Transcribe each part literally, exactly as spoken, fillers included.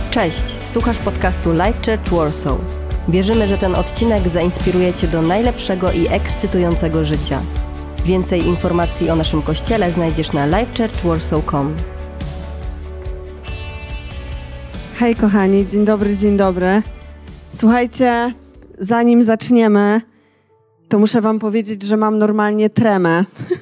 Cześć, słuchasz podcastu Life Church Warsaw. Wierzymy, że ten odcinek zainspiruje Cię do najlepszego i ekscytującego życia. Więcej informacji o naszym kościele znajdziesz na life church warsaw kropka com. Hej kochani, dzień dobry, dzień dobry. Słuchajcie, zanim zaczniemy, to muszę wam powiedzieć, że mam normalnie tremę.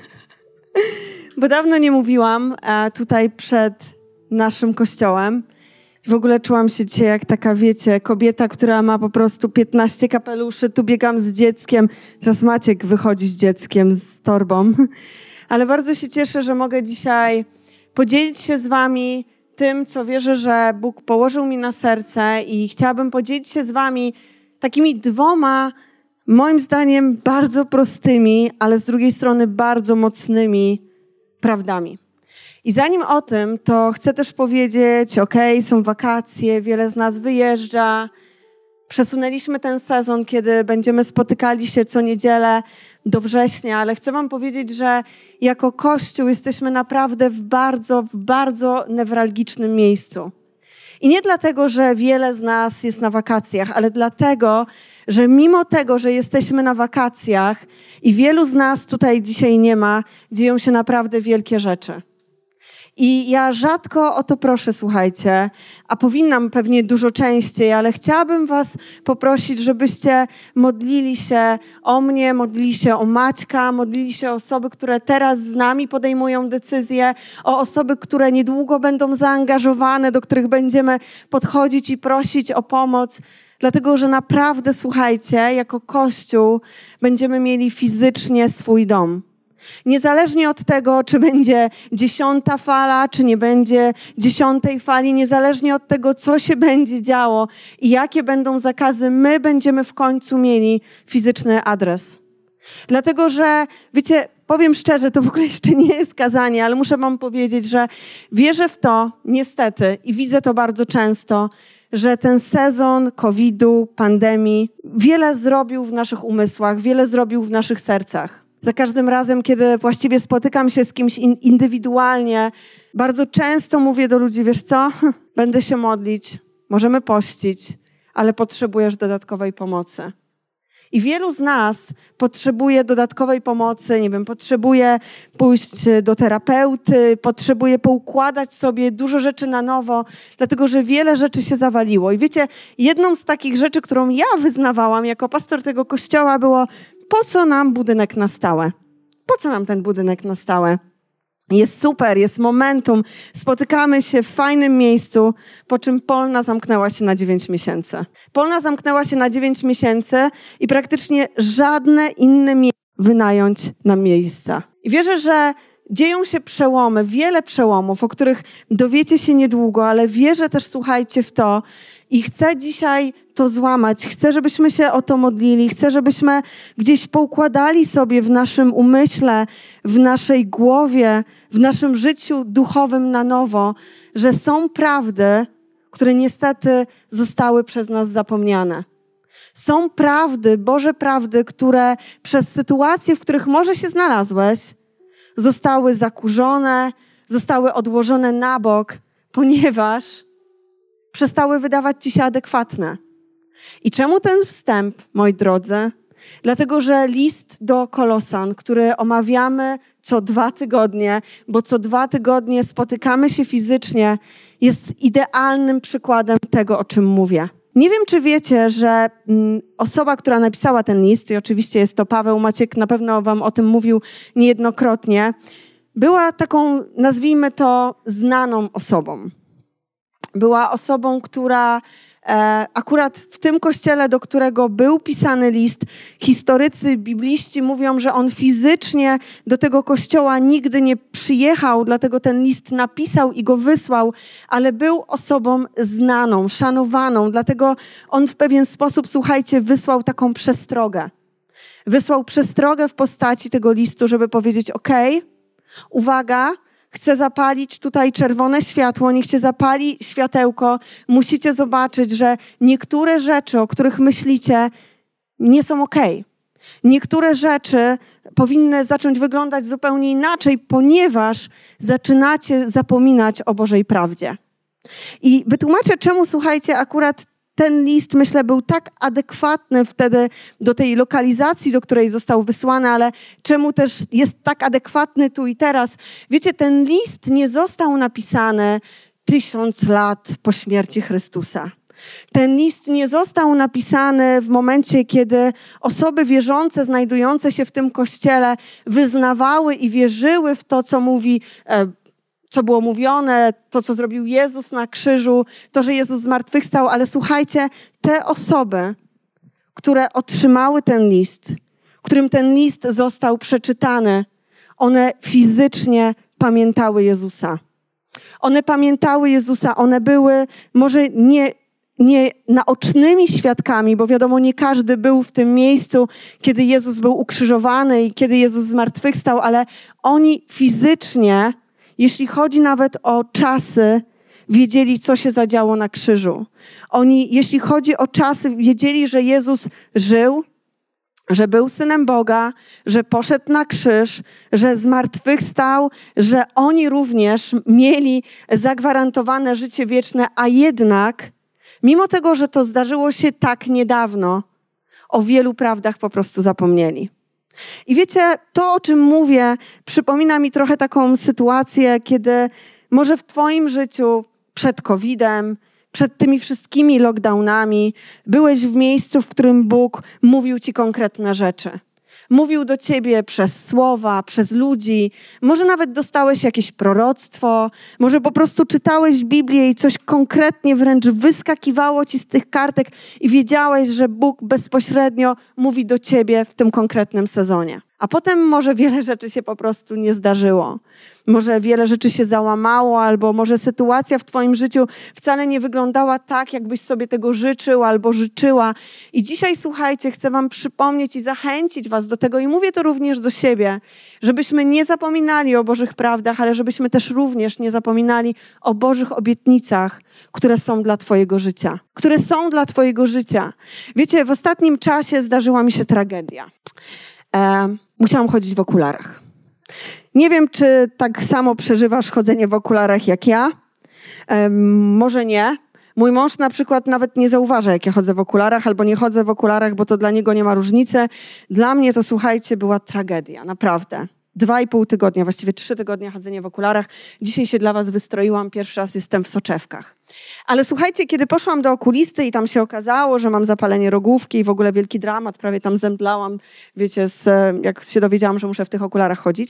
Bo dawno nie mówiłam tutaj przed naszym kościołem. W ogóle czułam się dzisiaj jak taka, wiecie, kobieta, która ma po prostu piętnaście kapeluszy, tu biegam z dzieckiem. Teraz Maciek wychodzi z dzieckiem, z torbą. Ale bardzo się cieszę, że mogę dzisiaj podzielić się z wami tym, co wierzę, że Bóg położył mi na serce i chciałabym podzielić się z wami takimi dwoma, moim zdaniem, bardzo prostymi, ale z drugiej strony bardzo mocnymi prawdami. I zanim o tym, to chcę też powiedzieć, okej, są wakacje, wiele z nas wyjeżdża. Przesunęliśmy ten sezon, kiedy będziemy spotykali się co niedzielę do września, ale chcę wam powiedzieć, że jako Kościół jesteśmy naprawdę w bardzo, w bardzo newralgicznym miejscu. I nie dlatego, że wiele z nas jest na wakacjach, ale dlatego, że mimo tego, że jesteśmy na wakacjach i wielu z nas tutaj dzisiaj nie ma, dzieją się naprawdę wielkie rzeczy. I ja rzadko o to proszę, słuchajcie, a powinnam pewnie dużo częściej, ale chciałabym was poprosić, żebyście modlili się o mnie, modlili się o Maćka, modlili się o osoby, które teraz z nami podejmują decyzje, o osoby, które niedługo będą zaangażowane, do których będziemy podchodzić i prosić o pomoc. Dlatego, że naprawdę, słuchajcie, jako Kościół będziemy mieli fizycznie swój dom. Niezależnie od tego, czy będzie dziesiąta fala, czy nie będzie dziesiątej fali, niezależnie od tego, co się będzie działo i jakie będą zakazy, my będziemy w końcu mieli fizyczny adres. Dlatego, że, wiecie, powiem szczerze, to w ogóle jeszcze nie jest kazanie, ale muszę wam powiedzieć, że wierzę w to, niestety, i widzę to bardzo często, że ten sezon kowida, pandemii wiele zrobił w naszych umysłach, wiele zrobił w naszych sercach. Za każdym razem, kiedy właściwie spotykam się z kimś in, indywidualnie, bardzo często mówię do ludzi, wiesz co, będę się modlić, możemy pościć, ale potrzebujesz dodatkowej pomocy. I wielu z nas potrzebuje dodatkowej pomocy, nie wiem, potrzebuje pójść do terapeuty, potrzebuje poukładać sobie dużo rzeczy na nowo, dlatego że wiele rzeczy się zawaliło. I wiecie, jedną z takich rzeczy, którą ja wyznawałam jako pastor tego kościoła było, po co nam budynek na stałe? Po co nam ten budynek na stałe? Jest super, jest momentum, spotykamy się w fajnym miejscu, po czym Polna zamknęła się na dziewięć miesięcy. Polna zamknęła się na dziewięć miesięcy i praktycznie żadne inne miejsce wynająć nam miejsca. I wierzę, że dzieją się przełomy, wiele przełomów, o których dowiecie się niedługo, ale wierzę też, słuchajcie, w to i chcę dzisiaj to złamać. Chcę, żebyśmy się o to modlili. Chcę, żebyśmy gdzieś poukładali sobie w naszym umyśle, w naszej głowie, w naszym życiu duchowym na nowo, że są prawdy, które niestety zostały przez nas zapomniane. Są prawdy, Boże prawdy, które przez sytuacje, w których może się znalazłeś, zostały zakurzone, zostały odłożone na bok, ponieważ przestały wydawać ci się adekwatne. I czemu ten wstęp, moi drodzy? Dlatego, że list do Kolosan, który omawiamy co dwa tygodnie, bo co dwa tygodnie spotykamy się fizycznie, jest idealnym przykładem tego, o czym mówię. Nie wiem, czy wiecie, że osoba, która napisała ten list, i oczywiście jest to Paweł, Maciek na pewno wam o tym mówił niejednokrotnie, była taką, nazwijmy to, znaną osobą. Była osobą, która e, akurat w tym kościele, do którego był pisany list, historycy, bibliści mówią, że on fizycznie do tego kościoła nigdy nie przyjechał, dlatego ten list napisał i go wysłał, ale był osobą znaną, szanowaną, dlatego on w pewien sposób, słuchajcie, wysłał taką przestrogę. Wysłał przestrogę w postaci tego listu, żeby powiedzieć, okej, uwaga, chcę zapalić tutaj czerwone światło, niech się zapali światełko. Musicie zobaczyć, że niektóre rzeczy, o których myślicie, nie są okej. Niektóre rzeczy powinny zacząć wyglądać zupełnie inaczej, ponieważ zaczynacie zapominać o Bożej prawdzie. I wytłumaczę, czemu, słuchajcie, akurat ten list, myślę, był tak adekwatny wtedy do tej lokalizacji, do której został wysłany, ale czemu też jest tak adekwatny tu i teraz. Wiecie, ten list nie został napisany tysiąc lat po śmierci Chrystusa. Ten list nie został napisany w momencie, kiedy osoby wierzące, znajdujące się w tym kościele, wyznawały i wierzyły w to, co mówi e, co było mówione, to, co zrobił Jezus na krzyżu, to, że Jezus zmartwychwstał, ale słuchajcie, te osoby, które otrzymały ten list, którym ten list został przeczytany, one fizycznie pamiętały Jezusa. One pamiętały Jezusa, one były może nie, nie naocznymi świadkami, bo wiadomo, nie każdy był w tym miejscu, kiedy Jezus był ukrzyżowany i kiedy Jezus zmartwychwstał, ale oni fizycznie, jeśli chodzi nawet o czasy, wiedzieli, co się zadziało na krzyżu. Oni, jeśli chodzi o czasy, wiedzieli, że Jezus żył, że był Synem Boga, że poszedł na krzyż, że zmartwychwstał, że oni również mieli zagwarantowane życie wieczne, a jednak, mimo tego, że to zdarzyło się tak niedawno, o wielu prawdach po prostu zapomnieli. I wiecie, to, o czym mówię, przypomina mi trochę taką sytuację, kiedy może w twoim życiu przed kowidem, przed tymi wszystkimi lockdownami byłeś w miejscu, w którym Bóg mówił ci konkretne rzeczy. Mówił do ciebie przez słowa, przez ludzi, może nawet dostałeś jakieś proroctwo, może po prostu czytałeś Biblię i coś konkretnie wręcz wyskakiwało ci z tych kartek i wiedziałeś, że Bóg bezpośrednio mówi do ciebie w tym konkretnym sezonie. A potem może wiele rzeczy się po prostu nie zdarzyło. Może wiele rzeczy się załamało, albo może sytuacja w twoim życiu wcale nie wyglądała tak, jakbyś sobie tego życzył albo życzyła. I dzisiaj, słuchajcie, chcę wam przypomnieć i zachęcić was do tego, i mówię to również do siebie, żebyśmy nie zapominali o Bożych prawdach, ale żebyśmy też również nie zapominali o Bożych obietnicach, które są dla twojego życia. Które są dla twojego życia. Wiecie, w ostatnim czasie zdarzyła mi się tragedia. E, musiałam chodzić w okularach. Nie wiem, czy tak samo przeżywasz chodzenie w okularach jak ja. E, może nie. Mój mąż na przykład nawet nie zauważa, jak ja chodzę w okularach, albo nie chodzę w okularach, bo to dla niego nie ma różnicy. Dla mnie to, słuchajcie, była tragedia, naprawdę. Dwa i pół tygodnia, właściwie trzy tygodnie chodzenia w okularach. Dzisiaj się dla was wystroiłam, pierwszy raz jestem w soczewkach. Ale słuchajcie, kiedy poszłam do okulisty i tam się okazało, że mam zapalenie rogówki i w ogóle wielki dramat, prawie tam zemdlałam, wiecie, z, jak się dowiedziałam, że muszę w tych okularach chodzić,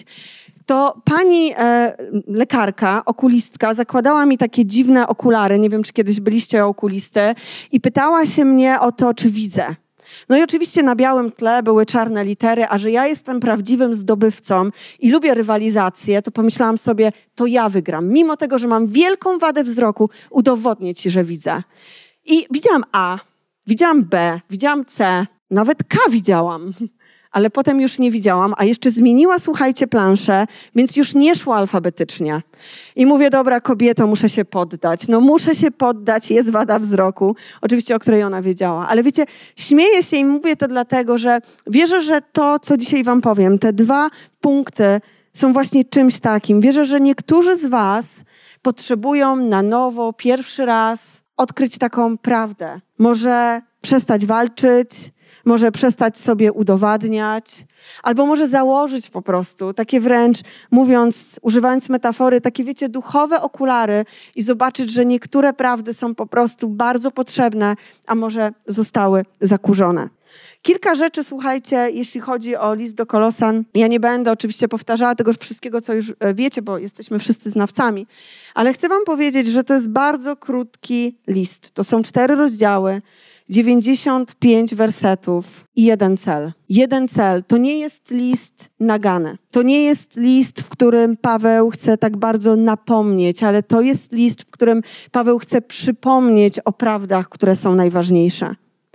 to pani e, lekarka, okulistka zakładała mi takie dziwne okulary, nie wiem, czy kiedyś byliście u okulisty, i pytała się mnie o to, czy widzę. No i oczywiście na białym tle były czarne litery, a że ja jestem prawdziwym zdobywcą i lubię rywalizację, to pomyślałam sobie, to ja wygram. Mimo tego, że mam wielką wadę wzroku, udowodnię ci, że widzę. I widziałam A, widziałam B, widziałam C, nawet K widziałam. Ale potem już nie widziałam, a jeszcze zmieniła, słuchajcie, planszę, więc już nie szło alfabetycznie. I mówię, dobra, kobieto, muszę się poddać. No muszę się poddać, jest wada wzroku, oczywiście, o której ona wiedziała. Ale wiecie, śmieję się i mówię to dlatego, że wierzę, że to, co dzisiaj wam powiem, te dwa punkty są właśnie czymś takim. Wierzę, że niektórzy z was potrzebują na nowo, pierwszy raz odkryć taką prawdę. Może przestać walczyć, może przestać sobie udowadniać, albo może założyć po prostu takie wręcz, mówiąc, używając metafory, takie wiecie, duchowe okulary i zobaczyć, że niektóre prawdy są po prostu bardzo potrzebne, a może zostały zakurzone. Kilka rzeczy, słuchajcie, jeśli chodzi o list do Kolosan. Ja nie będę oczywiście powtarzała tego wszystkiego, co już wiecie, bo jesteśmy wszyscy znawcami, ale chcę wam powiedzieć, że to jest bardzo krótki list. To są cztery rozdziały, dziewięćdziesiąt pięć wersetów i jeden cel. Jeden cel. To nie jest list nagany. To nie jest list, w którym Paweł chce tak bardzo napomnieć, ale to jest list, w którym Paweł chce przypomnieć o prawdach, które są najważniejsze.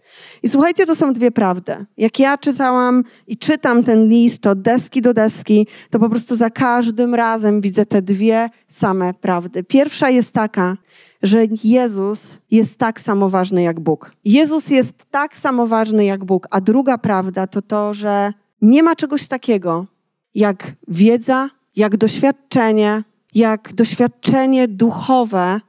I słuchajcie, to są dwie prawdy. Jak ja czytałam i czytam ten list od deski do deski, to po prostu za każdym razem widzę te dwie same prawdy. Pierwsza jest taka, że Jezus jest tak samo ważny jak Bóg. Jezus jest tak samo ważny jak Bóg. A druga prawda to to, że nie ma czegoś takiego jak wiedza, jak doświadczenie, jak doświadczenie duchowe,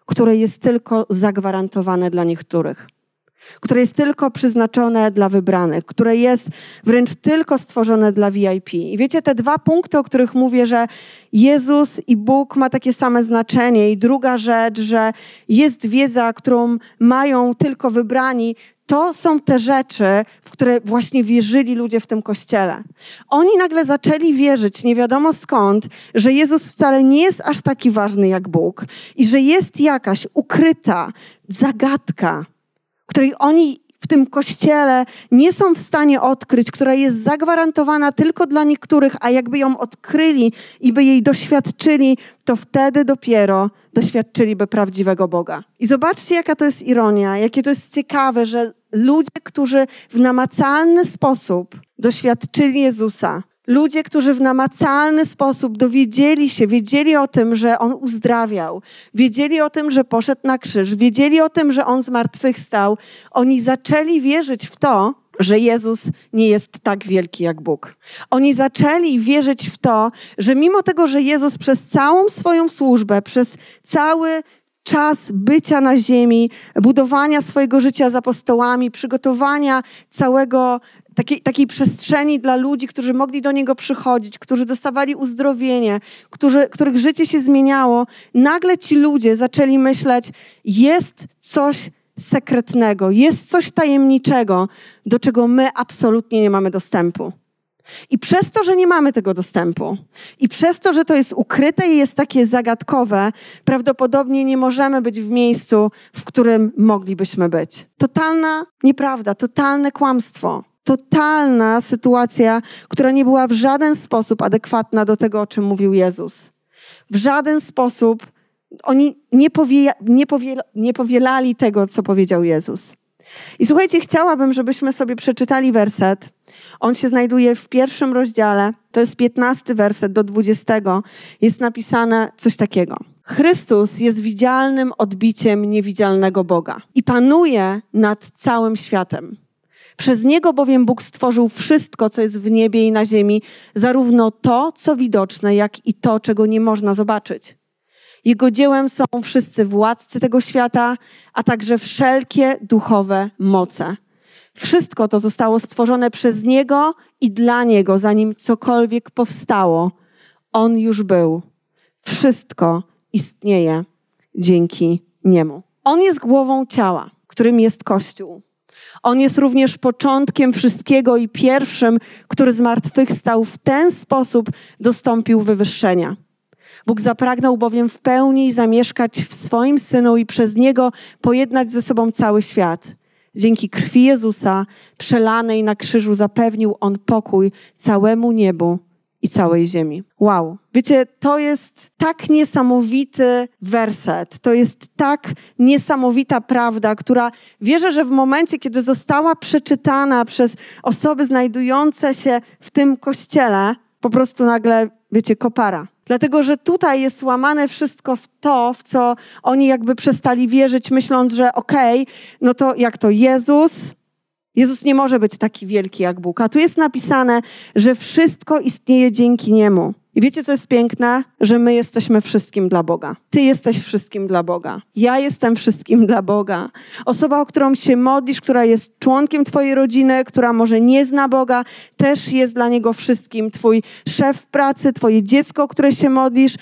które jest tylko zagwarantowane dla niektórych, które jest tylko przeznaczone dla wybranych, które jest wręcz tylko stworzone dla V I P. I wiecie, te dwa punkty, o których mówię, że Jezus i Bóg ma takie same znaczenie i druga rzecz, że jest wiedza, którą mają tylko wybrani, to są te rzeczy, w które właśnie wierzyli ludzie w tym kościele. Oni nagle zaczęli wierzyć, nie wiadomo skąd, że Jezus wcale nie jest aż taki ważny jak Bóg i że jest jakaś ukryta zagadka, której oni w tym kościele nie są w stanie odkryć, która jest zagwarantowana tylko dla niektórych, a jakby ją odkryli i by jej doświadczyli, to wtedy dopiero doświadczyliby prawdziwego Boga. I zobaczcie, jaka to jest ironia, jakie to jest ciekawe, że ludzie, którzy w namacalny sposób doświadczyli Jezusa, ludzie, którzy w namacalny sposób dowiedzieli się, wiedzieli o tym, że On uzdrawiał, wiedzieli o tym, że poszedł na krzyż, wiedzieli o tym, że On zmartwychwstał, oni zaczęli wierzyć w to, że Jezus nie jest tak wielki jak Bóg. Oni zaczęli wierzyć w to, że mimo tego, że Jezus przez całą swoją służbę, przez cały czas bycia na ziemi, budowania swojego życia z apostołami, przygotowania całego takiej, takiej przestrzeni dla ludzi, którzy mogli do Niego przychodzić, którzy dostawali uzdrowienie, którzy, których życie się zmieniało, nagle ci ludzie zaczęli myśleć, jest coś sekretnego, jest coś tajemniczego, do czego my absolutnie nie mamy dostępu. I przez to, że nie mamy tego dostępu i przez to, że to jest ukryte i jest takie zagadkowe, prawdopodobnie nie możemy być w miejscu, w którym moglibyśmy być. Totalna nieprawda, totalne kłamstwo, totalna sytuacja, która nie była w żaden sposób adekwatna do tego, o czym mówił Jezus. W żaden sposób oni nie, powie, nie, powie, nie powielali tego, co powiedział Jezus. I słuchajcie, chciałabym, żebyśmy sobie przeczytali werset. On się znajduje w pierwszym rozdziale, to jest piętnasty werset do dwudziestego. Jest napisane coś takiego. Chrystus jest widzialnym odbiciem niewidzialnego Boga i panuje nad całym światem. Przez Niego bowiem Bóg stworzył wszystko, co jest w niebie i na ziemi, zarówno to, co widoczne, jak i to, czego nie można zobaczyć. Jego dziełem są wszyscy władcy tego świata, a także wszelkie duchowe moce. Wszystko to zostało stworzone przez Niego i dla Niego, zanim cokolwiek powstało. On już był. Wszystko istnieje dzięki Niemu. On jest głową ciała, którym jest Kościół. On jest również początkiem wszystkiego i pierwszym, który zmartwychwstał, w ten sposób dostąpił wywyższenia. Bóg zapragnął bowiem w pełni zamieszkać w swoim Synu i przez Niego pojednać ze sobą cały świat. Dzięki krwi Jezusa przelanej na krzyżu zapewnił On pokój całemu niebu i całej ziemi. Wow. Wiecie, to jest tak niesamowity werset, to jest tak niesamowita prawda, która wierzę, że w momencie, kiedy została przeczytana przez osoby znajdujące się w tym kościele, po prostu nagle, wiecie, kopara. Dlatego, że tutaj jest łamane wszystko w to, w co oni jakby przestali wierzyć, myśląc, że okej, okay, no to jak to Jezus? Jezus nie może być taki wielki jak Bóg. A tu jest napisane, że wszystko istnieje dzięki Niemu. I wiecie, co jest piękne? Że my jesteśmy wszystkim dla Boga. Ty jesteś wszystkim dla Boga. Ja jestem wszystkim dla Boga. Osoba, o którą się modlisz, która jest członkiem twojej rodziny, która może nie zna Boga, też jest dla Niego wszystkim. Twój szef pracy, twoje dziecko, o które się modlisz.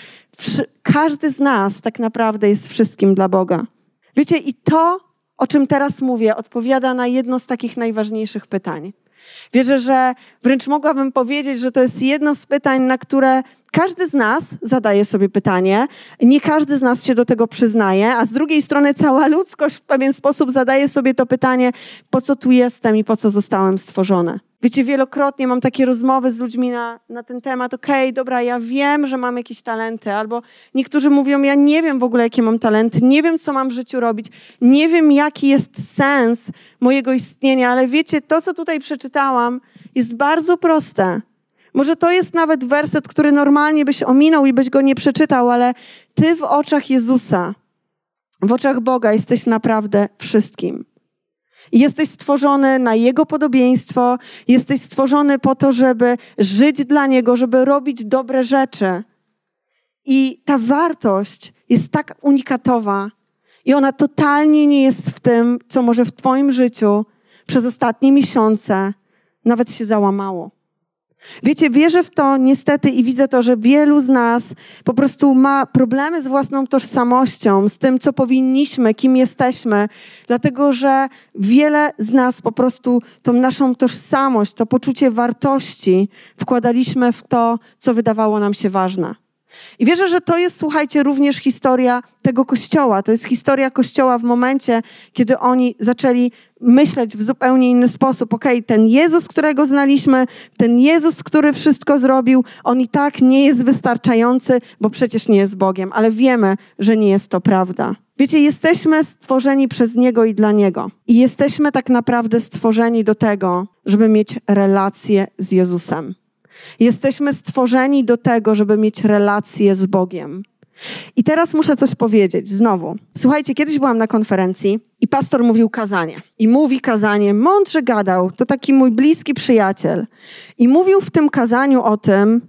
Każdy z nas tak naprawdę jest wszystkim dla Boga. Wiecie, i to, o czym teraz mówię, odpowiada na jedno z takich najważniejszych pytań. Wierzę, że wręcz mogłabym powiedzieć, że to jest jedno z pytań, na które każdy z nas zadaje sobie pytanie. Nie każdy z nas się do tego przyznaje, a z drugiej strony cała ludzkość w pewien sposób zadaje sobie to pytanie, po co tu jestem i po co zostałem stworzony. Wiecie, wielokrotnie mam takie rozmowy z ludźmi na, na ten temat. Okej, okay, dobra, ja wiem, że mam jakieś talenty, albo niektórzy mówią, ja nie wiem w ogóle, jakie mam talenty, nie wiem, co mam w życiu robić, nie wiem, jaki jest sens mojego istnienia, ale wiecie, to, co tutaj przeczytałam, jest bardzo proste. Może to jest nawet werset, który normalnie byś ominął i byś go nie przeczytał, ale ty w oczach Jezusa, w oczach Boga jesteś naprawdę wszystkim. I jesteś stworzony na Jego podobieństwo, jesteś stworzony po to, żeby żyć dla Niego, żeby robić dobre rzeczy. I ta wartość jest tak unikatowa, I ona totalnie nie jest w tym, co może w twoim życiu przez ostatnie miesiące nawet się załamało. Wiecie, wierzę w to niestety i widzę to, że wielu z nas po prostu ma problemy z własną tożsamością, z tym, co powinniśmy, kim jesteśmy, dlatego że wiele z nas po prostu tą naszą tożsamość, to poczucie wartości wkładaliśmy w to, co wydawało nam się ważne. I wierzę, że to jest, słuchajcie, również historia tego Kościoła. To jest historia Kościoła w momencie, kiedy oni zaczęli myśleć w zupełnie inny sposób. Okej, ten Jezus, którego znaliśmy, ten Jezus, który wszystko zrobił, on i tak nie jest wystarczający, bo przecież nie jest Bogiem, ale wiemy, że nie jest to prawda. Wiecie, jesteśmy stworzeni przez Niego i dla Niego. I jesteśmy tak naprawdę stworzeni do tego, żeby mieć relację z Jezusem. Jesteśmy stworzeni do tego, żeby mieć relację z Bogiem. I teraz muszę coś powiedzieć znowu. Słuchajcie, kiedyś byłam na konferencji i pastor mówił kazanie. I mówi kazanie, mądrze gadał, to taki mój bliski przyjaciel. I mówił w tym kazaniu o tym,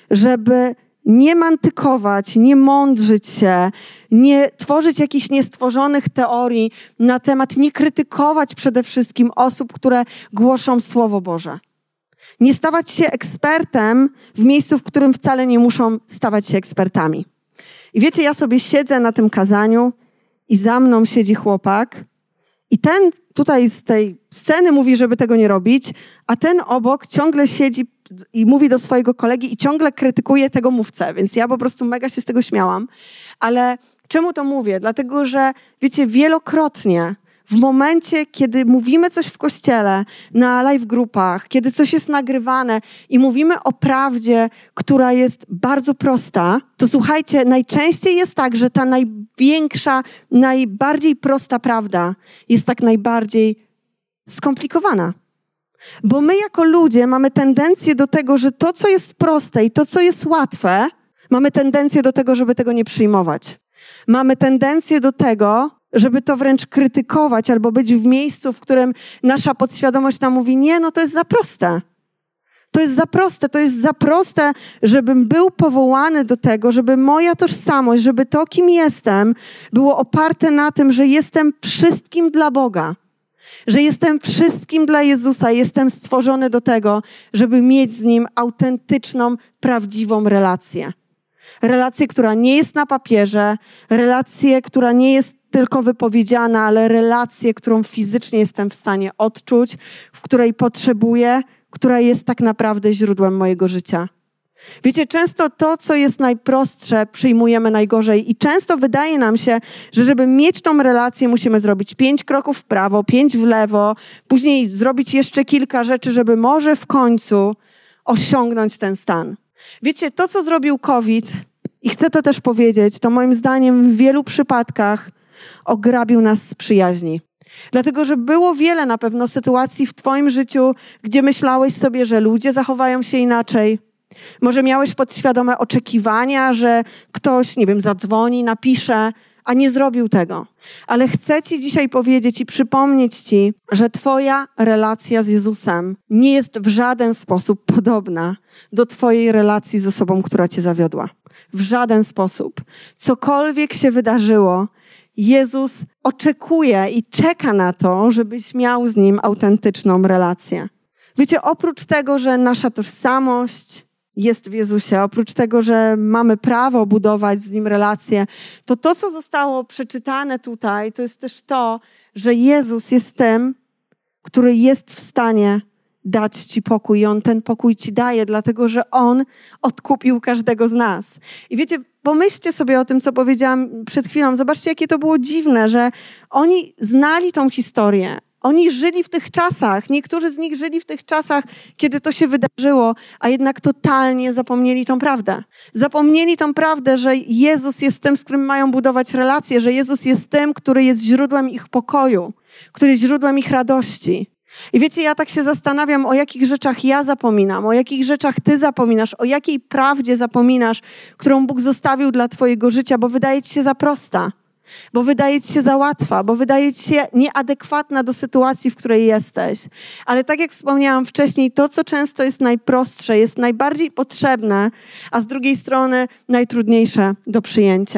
żeby nie mantykować, nie mądrzyć się, nie tworzyć jakichś niestworzonych teorii na temat, nie krytykować przede wszystkim osób, które głoszą Słowo Boże. Nie stawać się ekspertem w miejscu, w którym wcale nie muszą stawać się ekspertami. I wiecie, ja sobie siedzę na tym kazaniu i za mną siedzi chłopak i ten tutaj z tej sceny mówi, żeby tego nie robić, a ten obok ciągle siedzi i mówi do swojego kolegi i ciągle krytykuje tego mówcę, więc ja po prostu mega się z tego śmiałam. Ale czemu to mówię? Dlatego, że wiecie, wielokrotnie w momencie, kiedy mówimy coś w kościele, na live grupach, kiedy coś jest nagrywane i mówimy o prawdzie, która jest bardzo prosta, to słuchajcie, najczęściej jest tak, że ta największa, najbardziej prosta prawda jest tak najbardziej skomplikowana. Bo my jako ludzie mamy tendencję do tego, że to, co jest proste i to, co jest łatwe, mamy tendencję do tego, żeby tego nie przyjmować. Mamy tendencję do tego, żeby to wręcz krytykować albo być w miejscu, w którym nasza podświadomość nam mówi, nie, no to jest za proste. To jest za proste, to jest za proste, żebym był powołany do tego, żeby moja tożsamość, żeby to, kim jestem, było oparte na tym, że jestem wszystkim dla Boga. Że jestem wszystkim dla Jezusa, jestem stworzony do tego, żeby mieć z Nim autentyczną, prawdziwą relację. Relację, która nie jest na papierze, relację, która nie jest tylko wypowiedziana, ale relację, którą fizycznie jestem w stanie odczuć, w której potrzebuję, która jest tak naprawdę źródłem mojego życia. Wiecie, często to, co jest najprostsze, przyjmujemy najgorzej i często wydaje nam się, że żeby mieć tą relację, musimy zrobić pięć kroków w prawo, pięć w lewo, później zrobić jeszcze kilka rzeczy, żeby może w końcu osiągnąć ten stan. Wiecie, to, co zrobił COVID, i chcę to też powiedzieć, to moim zdaniem w wielu przypadkach ograbił nas z przyjaźni. Dlatego, że było wiele na pewno sytuacji w twoim życiu, gdzie myślałeś sobie, że ludzie zachowają się inaczej. Może miałeś podświadome oczekiwania, że ktoś, nie wiem, zadzwoni, napisze, a nie zrobił tego. Ale chcę ci dzisiaj powiedzieć i przypomnieć ci, że twoja relacja z Jezusem nie jest w żaden sposób podobna do twojej relacji z osobą, która cię zawiodła. W żaden sposób. Cokolwiek się wydarzyło, Jezus oczekuje i czeka na to, żebyś miał z Nim autentyczną relację. Wiecie, oprócz tego, że nasza tożsamość jest w Jezusie, oprócz tego, że mamy prawo budować z Nim relacje, to to, co zostało przeczytane tutaj, to jest też to, że Jezus jest tym, który jest w stanie dać ci pokój i On ten pokój ci daje, dlatego że On odkupił każdego z nas. I wiecie, pomyślcie sobie o tym, co powiedziałam przed chwilą. Zobaczcie, jakie to było dziwne, że oni znali tą historię. Oni żyli w tych czasach. Niektórzy z nich żyli w tych czasach, kiedy to się wydarzyło, a jednak totalnie zapomnieli tą prawdę. Zapomnieli tą prawdę, że Jezus jest tym, z którym mają budować relacje, że Jezus jest tym, który jest źródłem ich pokoju, który jest źródłem ich radości. I wiecie, ja tak się zastanawiam, o jakich rzeczach ja zapominam, o jakich rzeczach ty zapominasz, o jakiej prawdzie zapominasz, którą Bóg zostawił dla twojego życia, bo wydaje ci się za prosta, bo wydaje ci się za łatwa, bo wydaje ci się nieadekwatna do sytuacji, w której jesteś. Ale tak jak wspomniałam wcześniej, to, co często jest najprostsze, jest najbardziej potrzebne, a z drugiej strony najtrudniejsze do przyjęcia.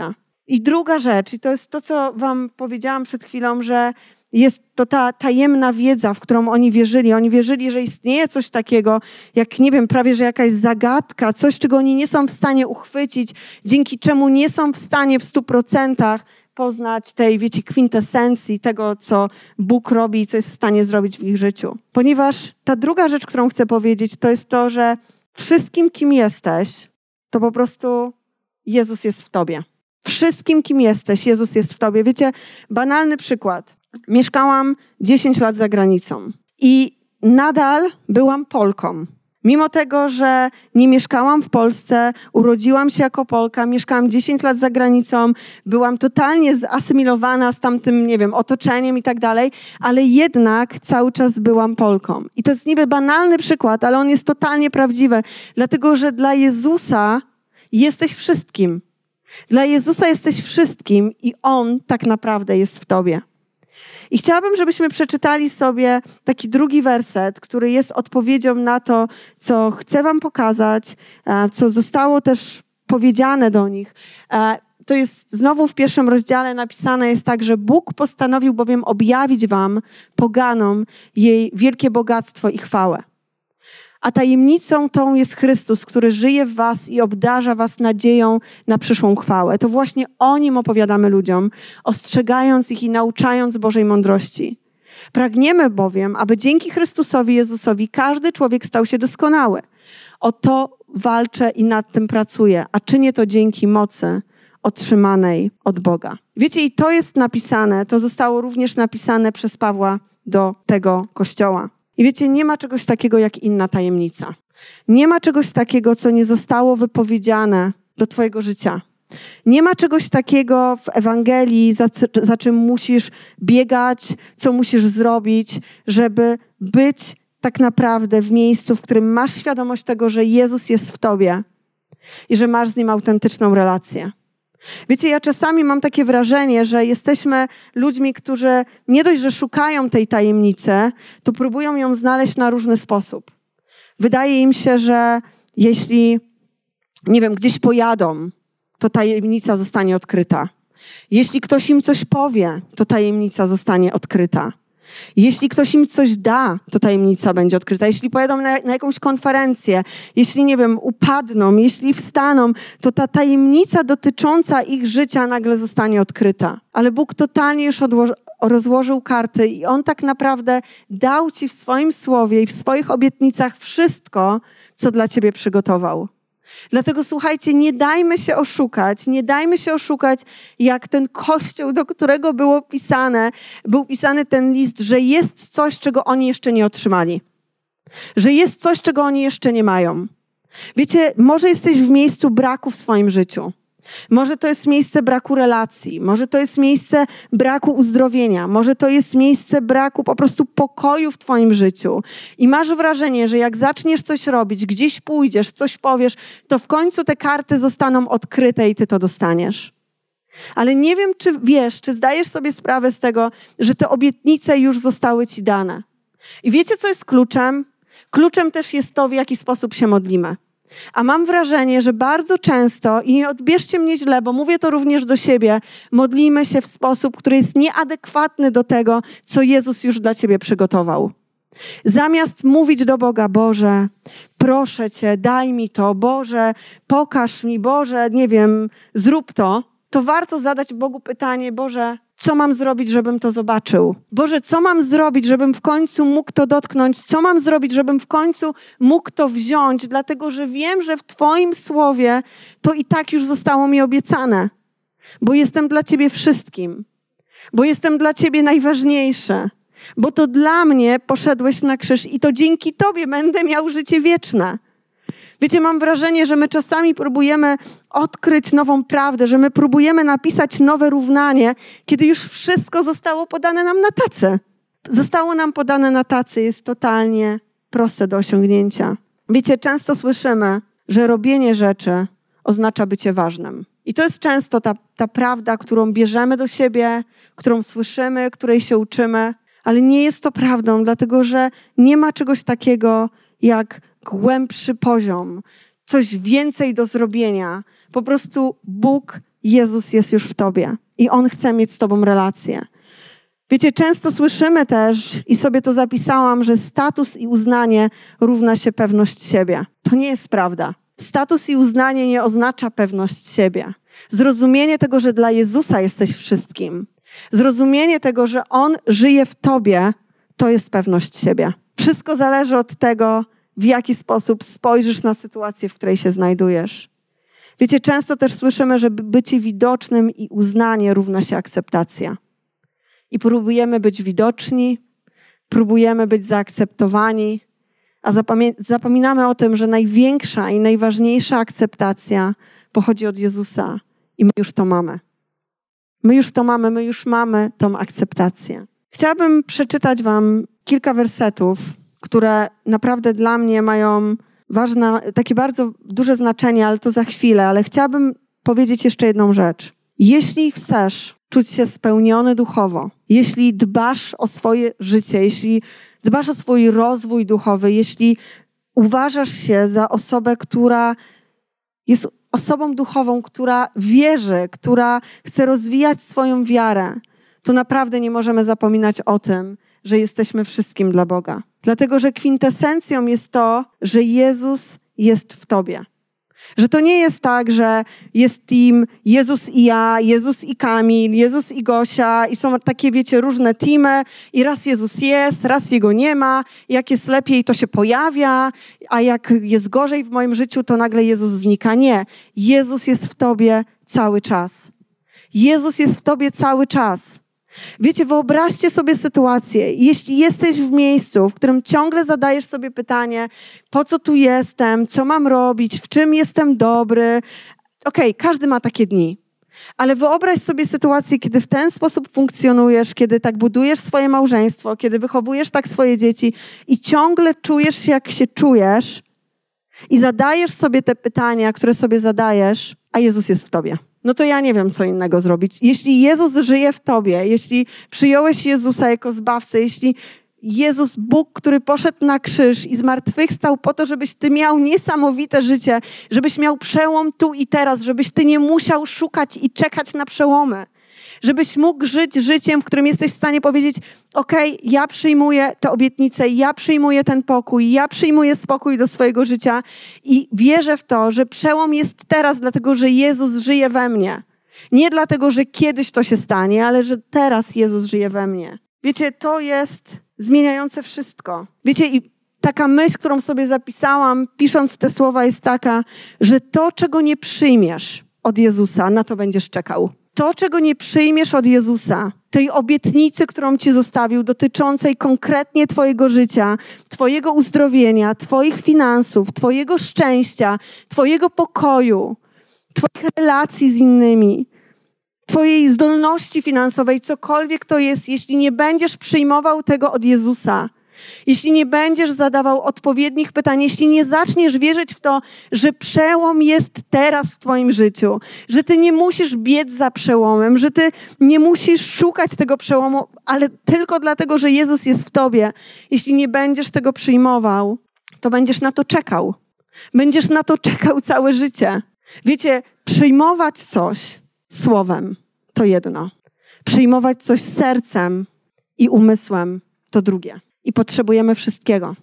I druga rzecz, i to jest to, co wam powiedziałam przed chwilą, że jest to ta tajemna wiedza, w którą oni wierzyli. Oni wierzyli, że istnieje coś takiego, jak nie wiem, prawie że jakaś zagadka, coś, czego oni nie są w stanie uchwycić, dzięki czemu nie są w stanie w stu procentach poznać tej, wiecie, kwintesencji tego, co Bóg robi i co jest w stanie zrobić w ich życiu. Ponieważ ta druga rzecz, którą chcę powiedzieć, to jest to, że wszystkim, kim jesteś, to po prostu Jezus jest w tobie. Wszystkim, kim jesteś, Jezus jest w tobie. Wiecie, banalny przykład. Mieszkałam dziesięć lat za granicą i nadal byłam Polką. Mimo tego, że nie mieszkałam w Polsce, urodziłam się jako Polka, mieszkałam dziesięć lat za granicą, byłam totalnie zasymilowana z tamtym, nie wiem, otoczeniem i tak dalej, ale jednak cały czas byłam Polką. I to jest niby banalny przykład, ale on jest totalnie prawdziwy, dlatego że dla Jezusa jesteś wszystkim. Dla Jezusa jesteś wszystkim i On tak naprawdę jest w tobie. I chciałabym, żebyśmy przeczytali sobie taki drugi werset, który jest odpowiedzią na to, co chcę wam pokazać, co zostało też powiedziane do nich. To jest znowu w pierwszym rozdziale napisane jest tak, że Bóg postanowił bowiem objawić wam, poganom, jej wielkie bogactwo i chwałę. A tajemnicą tą jest Chrystus, który żyje w was i obdarza was nadzieją na przyszłą chwałę. To właśnie o Nim opowiadamy ludziom, ostrzegając ich i nauczając Bożej mądrości. Pragniemy bowiem, aby dzięki Chrystusowi Jezusowi każdy człowiek stał się doskonały. O to walczę i nad tym pracuję, a czynię to dzięki mocy otrzymanej od Boga. Wiecie, i to jest napisane, to zostało również napisane przez Pawła do tego kościoła. I wiecie, nie ma czegoś takiego jak inna tajemnica. Nie ma czegoś takiego, co nie zostało wypowiedziane do twojego życia. Nie ma czegoś takiego w Ewangelii, za, za czym musisz biegać, co musisz zrobić, żeby być tak naprawdę w miejscu, w którym masz świadomość tego, że Jezus jest w tobie i że masz z Nim autentyczną relację. Wiecie, ja czasami mam takie wrażenie, że jesteśmy ludźmi, którzy nie dość, że szukają tej tajemnicy, to próbują ją znaleźć na różny sposób. Wydaje im się, że jeśli, nie wiem, gdzieś pojadą, to tajemnica zostanie odkryta. Jeśli ktoś im coś powie, to tajemnica zostanie odkryta. Jeśli ktoś im coś da, to tajemnica będzie odkryta. Jeśli pojadą na, na jakąś konferencję, jeśli, nie wiem, upadną, jeśli wstaną, to ta tajemnica dotycząca ich życia nagle zostanie odkryta. Ale Bóg totalnie już odłoży, rozłożył karty i On tak naprawdę dał ci w swoim słowie i w swoich obietnicach wszystko, co dla ciebie przygotował. Dlatego słuchajcie, nie dajmy się oszukać, nie dajmy się oszukać, jak ten kościół, do którego było pisane, był pisany ten list, że jest coś, czego oni jeszcze nie otrzymali. Że jest coś, czego oni jeszcze nie mają. Wiecie, może jesteś w miejscu braku w swoim życiu. Może to jest miejsce braku relacji, może to jest miejsce braku uzdrowienia, może to jest miejsce braku po prostu pokoju w twoim życiu. I masz wrażenie, że jak zaczniesz coś robić, gdzieś pójdziesz, coś powiesz, to w końcu te karty zostaną odkryte i ty to dostaniesz. Ale nie wiem, czy wiesz, czy zdajesz sobie sprawę z tego, że te obietnice już zostały ci dane. I wiecie, co jest kluczem? Kluczem też jest to, w jaki sposób się modlimy. A mam wrażenie, że bardzo często, i nie odbierzcie mnie źle, bo mówię to również do siebie, modlimy się w sposób, który jest nieadekwatny do tego, co Jezus już dla ciebie przygotował. Zamiast mówić do Boga, Boże, proszę Cię, daj mi to, Boże, pokaż mi, Boże, nie wiem, zrób to, to warto zadać Bogu pytanie, Boże, co mam zrobić, żebym to zobaczył? Boże, co mam zrobić, żebym w końcu mógł to dotknąć? Co mam zrobić, żebym w końcu mógł to wziąć? Dlatego, że wiem, że w Twoim słowie to i tak już zostało mi obiecane. Bo jestem dla Ciebie wszystkim. Bo jestem dla Ciebie najważniejszy. Bo to dla mnie poszedłeś na krzyż i to dzięki Tobie będę miał życie wieczne. Wiecie, mam wrażenie, że my czasami próbujemy odkryć nową prawdę, że my próbujemy napisać nowe równanie, kiedy już wszystko zostało podane nam na tacy. Zostało nam podane na tacy, jest totalnie proste do osiągnięcia. Wiecie, często słyszymy, że robienie rzeczy oznacza bycie ważnym. I to jest często ta, ta prawda, którą bierzemy do siebie, którą słyszymy, której się uczymy, ale nie jest to prawdą, dlatego że nie ma czegoś takiego jak głębszy poziom, coś więcej do zrobienia. Po prostu Bóg Jezus jest już w tobie i On chce mieć z tobą relację. Wiecie, często słyszymy też, i sobie to zapisałam, że status i uznanie równa się pewność siebie. To nie jest prawda. Status i uznanie nie oznacza pewność siebie. Zrozumienie tego, że dla Jezusa jesteś wszystkim. Zrozumienie tego, że On żyje w tobie, to jest pewność siebie. Wszystko zależy od tego, w jaki sposób spojrzysz na sytuację, w której się znajdujesz. Wiecie, często też słyszymy, że bycie widocznym i uznanie równa się akceptacja. I próbujemy być widoczni, próbujemy być zaakceptowani, a zapominamy o tym, że największa i najważniejsza akceptacja pochodzi od Jezusa i my już to mamy. My już to mamy, my już mamy tą akceptację. Chciałabym przeczytać wam kilka wersetów, które naprawdę dla mnie mają ważne, takie bardzo duże znaczenie, ale to za chwilę. Ale chciałabym powiedzieć jeszcze jedną rzecz. Jeśli chcesz czuć się spełniony duchowo, jeśli dbasz o swoje życie, jeśli dbasz o swój rozwój duchowy, jeśli uważasz się za osobę, która jest osobą duchową, która wierzy, która chce rozwijać swoją wiarę, to naprawdę nie możemy zapominać o tym, że jesteśmy wszystkim dla Boga. Dlatego, że kwintesencją jest to, że Jezus jest w tobie. Że to nie jest tak, że jest team Jezus i ja, Jezus i Kamil, Jezus i Gosia i są takie, wiecie, różne teamy i raz Jezus jest, raz Jego nie ma. Jak jest lepiej, to się pojawia, a jak jest gorzej w moim życiu, to nagle Jezus znika. Nie. Jezus jest w tobie cały czas. Jezus jest w tobie cały czas. Wiecie, wyobraźcie sobie sytuację. Jeśli jesteś w miejscu, w którym ciągle zadajesz sobie pytanie, po co tu jestem, co mam robić, w czym jestem dobry. Okej, każdy ma takie dni. Ale wyobraź sobie sytuację, kiedy w ten sposób funkcjonujesz, kiedy tak budujesz swoje małżeństwo, kiedy wychowujesz tak swoje dzieci i ciągle czujesz się, jak się czujesz i zadajesz sobie te pytania, które sobie zadajesz, a Jezus jest w tobie. No to ja nie wiem, co innego zrobić. Jeśli Jezus żyje w tobie, jeśli przyjąłeś Jezusa jako zbawcę, jeśli Jezus, Bóg, który poszedł na krzyż i zmartwychwstał po to, żebyś ty miał niesamowite życie, żebyś miał przełom tu i teraz, żebyś ty nie musiał szukać i czekać na przełomy. Żebyś mógł żyć życiem, w którym jesteś w stanie powiedzieć, okej, ja przyjmuję tę obietnicę, ja przyjmuję ten pokój, ja przyjmuję spokój do swojego życia i wierzę w to, że przełom jest teraz, dlatego że Jezus żyje we mnie. Nie dlatego, że kiedyś to się stanie, ale że teraz Jezus żyje we mnie. Wiecie, to jest zmieniające wszystko. Wiecie, i taka myśl, którą sobie zapisałam, pisząc te słowa, jest taka, że to, czego nie przyjmiesz od Jezusa, na to będziesz czekał. To, czego nie przyjmiesz od Jezusa, tej obietnicy, którą ci zostawił, dotyczącej konkretnie twojego życia, twojego uzdrowienia, twoich finansów, twojego szczęścia, twojego pokoju, twoich relacji z innymi, twojej zdolności finansowej, cokolwiek to jest, jeśli nie będziesz przyjmował tego od Jezusa, jeśli nie będziesz zadawał odpowiednich pytań, jeśli nie zaczniesz wierzyć w to, że przełom jest teraz w twoim życiu, że ty nie musisz biec za przełomem, że ty nie musisz szukać tego przełomu, ale tylko dlatego, że Jezus jest w tobie. Jeśli nie będziesz tego przyjmował, to będziesz na to czekał. Będziesz na to czekał całe życie. Wiecie, przyjmować coś słowem to jedno. Przyjmować coś sercem i umysłem to drugie. I potrzebujemy wszystkiego.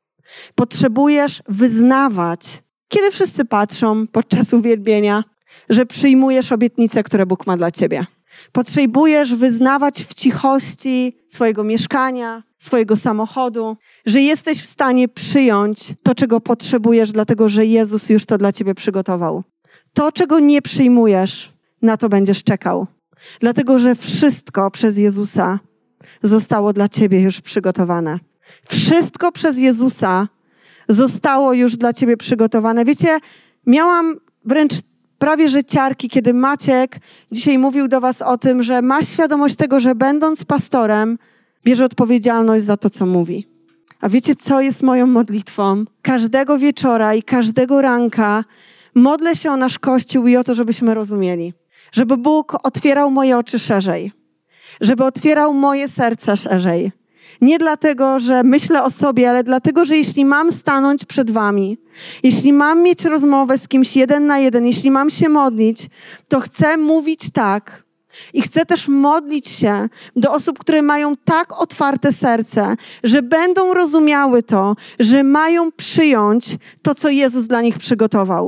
Potrzebujesz wyznawać, kiedy wszyscy patrzą podczas uwielbienia, że przyjmujesz obietnice, które Bóg ma dla ciebie. Potrzebujesz wyznawać w cichości swojego mieszkania, swojego samochodu, że jesteś w stanie przyjąć to, czego potrzebujesz, dlatego że Jezus już to dla ciebie przygotował. To, czego nie przyjmujesz, na to będziesz czekał. Dlatego, że wszystko przez Jezusa zostało dla ciebie już przygotowane. Wszystko przez Jezusa zostało już dla ciebie przygotowane. Wiecie, miałam wręcz prawie że ciarki, kiedy Maciek dzisiaj mówił do was o tym, że ma świadomość tego, że będąc pastorem, bierze odpowiedzialność za to, co mówi. A wiecie, co jest moją modlitwą? Każdego wieczora i każdego ranka modlę się o nasz Kościół i o to, żebyśmy rozumieli. Żeby Bóg otwierał moje oczy szerzej. Żeby otwierał moje serce szerzej. Nie dlatego, że myślę o sobie, ale dlatego, że jeśli mam stanąć przed wami, jeśli mam mieć rozmowę z kimś jeden na jeden, jeśli mam się modlić, to chcę mówić tak i chcę też modlić się do osób, które mają tak otwarte serce, że będą rozumiały to, że mają przyjąć to, co Jezus dla nich przygotował.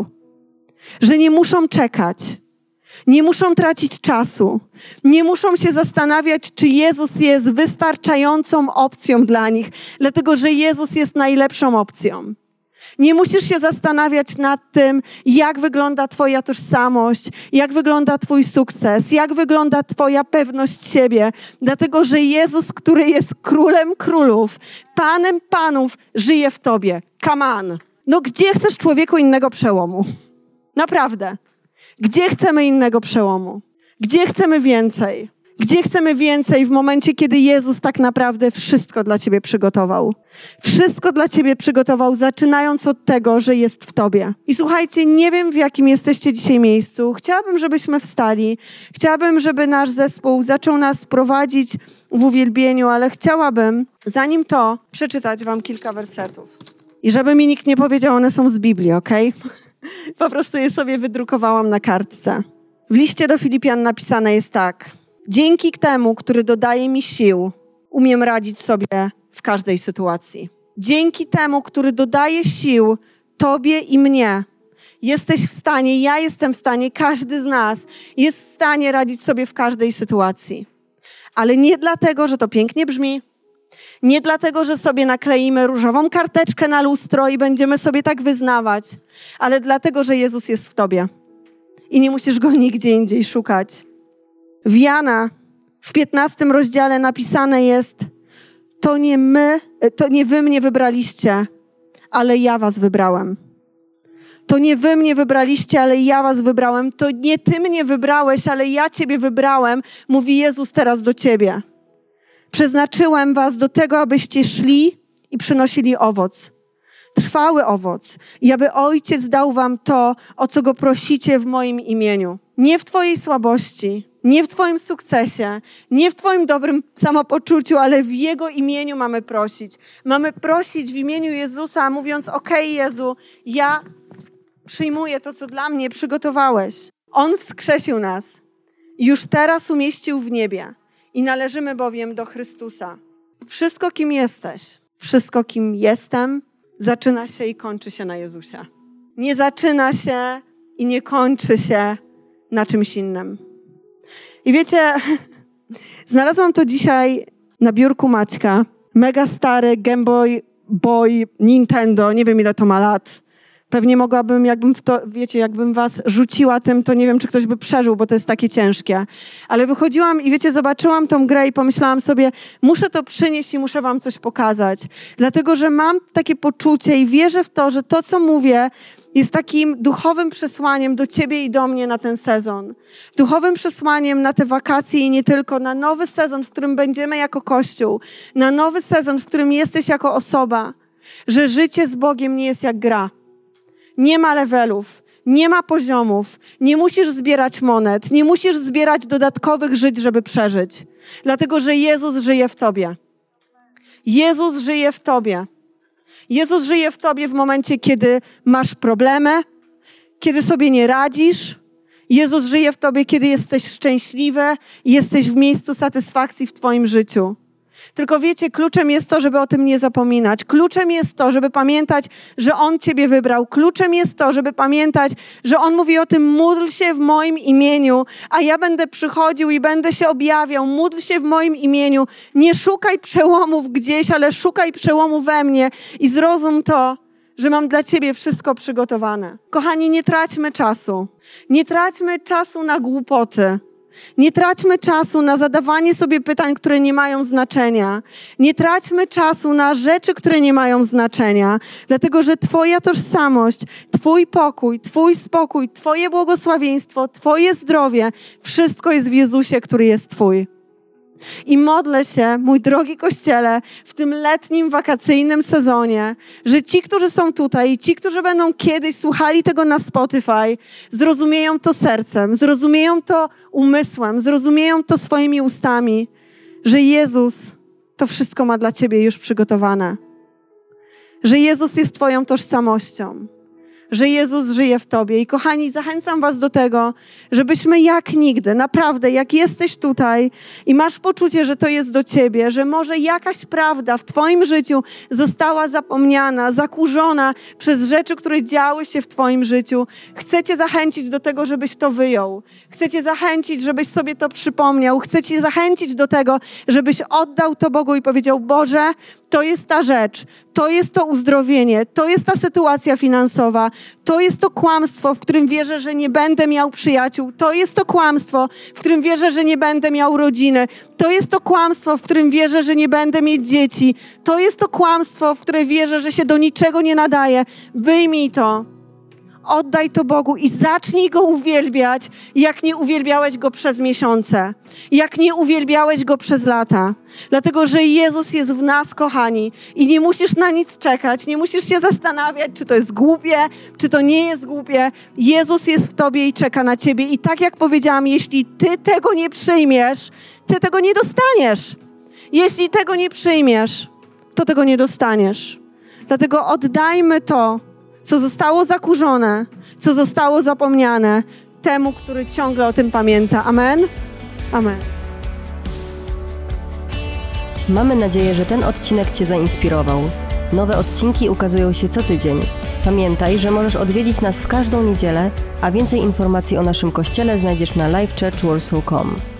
Że nie muszą czekać. Nie muszą tracić czasu. Nie muszą się zastanawiać, czy Jezus jest wystarczającą opcją dla nich, dlatego że Jezus jest najlepszą opcją. Nie musisz się zastanawiać nad tym, jak wygląda twoja tożsamość, jak wygląda twój sukces, jak wygląda twoja pewność siebie, dlatego że Jezus, który jest królem królów, panem panów, żyje w tobie. Come on. No gdzie chcesz, człowieku, innego przełomu? Naprawdę. Gdzie chcemy innego przełomu? Gdzie chcemy więcej? Gdzie chcemy więcej w momencie, kiedy Jezus tak naprawdę wszystko dla ciebie przygotował? Wszystko dla ciebie przygotował, zaczynając od tego, że jest w tobie. I słuchajcie, nie wiem, w jakim jesteście dzisiaj miejscu. Chciałabym, żebyśmy wstali. Chciałabym, żeby nasz zespół zaczął nas prowadzić w uwielbieniu, ale chciałabym, zanim to, przeczytać wam kilka wersetów. I żeby mi nikt nie powiedział, one są z Biblii, okej? Okay? Po prostu je sobie wydrukowałam na kartce. W liście do Filipian napisane jest tak. Dzięki temu, który dodaje mi sił, umiem radzić sobie w każdej sytuacji. Dzięki temu, który dodaje sił tobie i mnie, jesteś w stanie, ja jestem w stanie, każdy z nas jest w stanie radzić sobie w każdej sytuacji. Ale nie dlatego, że to pięknie brzmi, nie dlatego, że sobie nakleimy różową karteczkę na lustro i będziemy sobie tak wyznawać, ale dlatego, że Jezus jest w tobie i nie musisz Go nigdzie indziej szukać. W Jana w piętnastym rozdziale napisane jest, to nie my, to nie wy mnie wybraliście, ale ja was wybrałem. To nie wy mnie wybraliście, ale ja was wybrałem. To nie ty mnie wybrałeś, ale ja ciebie wybrałem, mówi Jezus teraz do ciebie. Przeznaczyłem was do tego, abyście szli i przynosili owoc. Trwały owoc. I aby Ojciec dał wam to, o co Go prosicie w moim imieniu. Nie w twojej słabości, nie w twoim sukcesie, nie w twoim dobrym samopoczuciu, ale w Jego imieniu mamy prosić. Mamy prosić w imieniu Jezusa, mówiąc, okej, Jezu, ja przyjmuję to, co dla mnie przygotowałeś. On wskrzesił nas i już teraz umieścił w niebie. I należymy bowiem do Chrystusa. Wszystko, kim jesteś, wszystko, kim jestem, zaczyna się i kończy się na Jezusie. Nie zaczyna się i nie kończy się na czymś innym. I wiecie, znalazłam to dzisiaj na biurku Maćka. Mega stary Game Boy, Boy Nintendo, nie wiem ile to ma lat. Pewnie mogłabym, jakbym w to, wiecie, jakbym was rzuciła tym, to nie wiem, czy ktoś by przeżył, bo to jest takie ciężkie. Ale wychodziłam i wiecie, zobaczyłam tą grę i pomyślałam sobie, muszę to przynieść i muszę wam coś pokazać. Dlatego, że mam takie poczucie i wierzę w to, że to, co mówię, jest takim duchowym przesłaniem do ciebie i do mnie na ten sezon. Duchowym przesłaniem na te wakacje i nie tylko, na nowy sezon, w którym będziemy jako Kościół. Na nowy sezon, w którym jesteś jako osoba. Że życie z Bogiem nie jest jak gra. Nie ma levelów, nie ma poziomów, nie musisz zbierać monet, nie musisz zbierać dodatkowych żyć, żeby przeżyć. Dlatego, że Jezus żyje w tobie. Jezus żyje w tobie. Jezus żyje w tobie w momencie, kiedy masz problemy, kiedy sobie nie radzisz. Jezus żyje w tobie, kiedy jesteś szczęśliwy i jesteś w miejscu satysfakcji w twoim życiu. Tylko wiecie, kluczem jest to, żeby o tym nie zapominać. Kluczem jest to, żeby pamiętać, że On ciebie wybrał. Kluczem jest to, żeby pamiętać, że On mówi o tym, módl się w moim imieniu, a ja będę przychodził i będę się objawiał. Módl się w moim imieniu. Nie szukaj przełomów gdzieś, ale szukaj przełomu we mnie i zrozum to, że mam dla ciebie wszystko przygotowane. Kochani, nie traćmy czasu. Nie traćmy czasu na głupoty. Nie traćmy czasu na zadawanie sobie pytań, które nie mają znaczenia. Nie traćmy czasu na rzeczy, które nie mają znaczenia. Dlatego, że twoja tożsamość, twój pokój, twój spokój, twoje błogosławieństwo, twoje zdrowie, wszystko jest w Jezusie, który jest twój. I modlę się, mój drogi Kościele, w tym letnim, wakacyjnym sezonie, że ci, którzy są tutaj i ci, którzy będą kiedyś słuchali tego na Spotify, zrozumieją to sercem, zrozumieją to umysłem, zrozumieją to swoimi ustami, że Jezus to wszystko ma dla ciebie już przygotowane. Że Jezus jest twoją tożsamością. Że Jezus żyje w tobie. I kochani, zachęcam was do tego, żebyśmy jak nigdy, naprawdę, jak jesteś tutaj i masz poczucie, że to jest do ciebie, że może jakaś prawda w twoim życiu została zapomniana, zakurzona przez rzeczy, które działy się w twoim życiu. Chcę cię zachęcić do tego, żebyś to wyjął. Chcę cię zachęcić, żebyś sobie to przypomniał. Chcę cię zachęcić do tego, żebyś oddał to Bogu i powiedział: Boże, to jest ta rzecz, to jest to uzdrowienie, to jest ta sytuacja finansowa, to jest to kłamstwo, w którym wierzę, że nie będę miał przyjaciół, to jest to kłamstwo, w którym wierzę, że nie będę miał rodziny, to jest to kłamstwo, w którym wierzę, że nie będę mieć dzieci, to jest to kłamstwo, w które wierzę, że się do niczego nie nadaje. Wyjmij to. Oddaj to Bogu i zacznij Go uwielbiać, jak nie uwielbiałeś Go przez miesiące, jak nie uwielbiałeś Go przez lata. Dlatego, że Jezus jest w nas, kochani, i nie musisz na nic czekać, nie musisz się zastanawiać, czy to jest głupie, czy to nie jest głupie. Jezus jest w tobie i czeka na ciebie. I tak jak powiedziałam, jeśli ty tego nie przyjmiesz, ty tego nie dostaniesz. Jeśli tego nie przyjmiesz, to tego nie dostaniesz. Dlatego oddajmy to, co zostało zakurzone, co zostało zapomniane, temu, który ciągle o tym pamięta. Amen? Amen. Mamy nadzieję, że ten odcinek cię zainspirował. Nowe odcinki ukazują się co tydzień. Pamiętaj, że możesz odwiedzić nas w każdą niedzielę, a więcej informacji o naszym kościele znajdziesz na live church warsaw kropka com.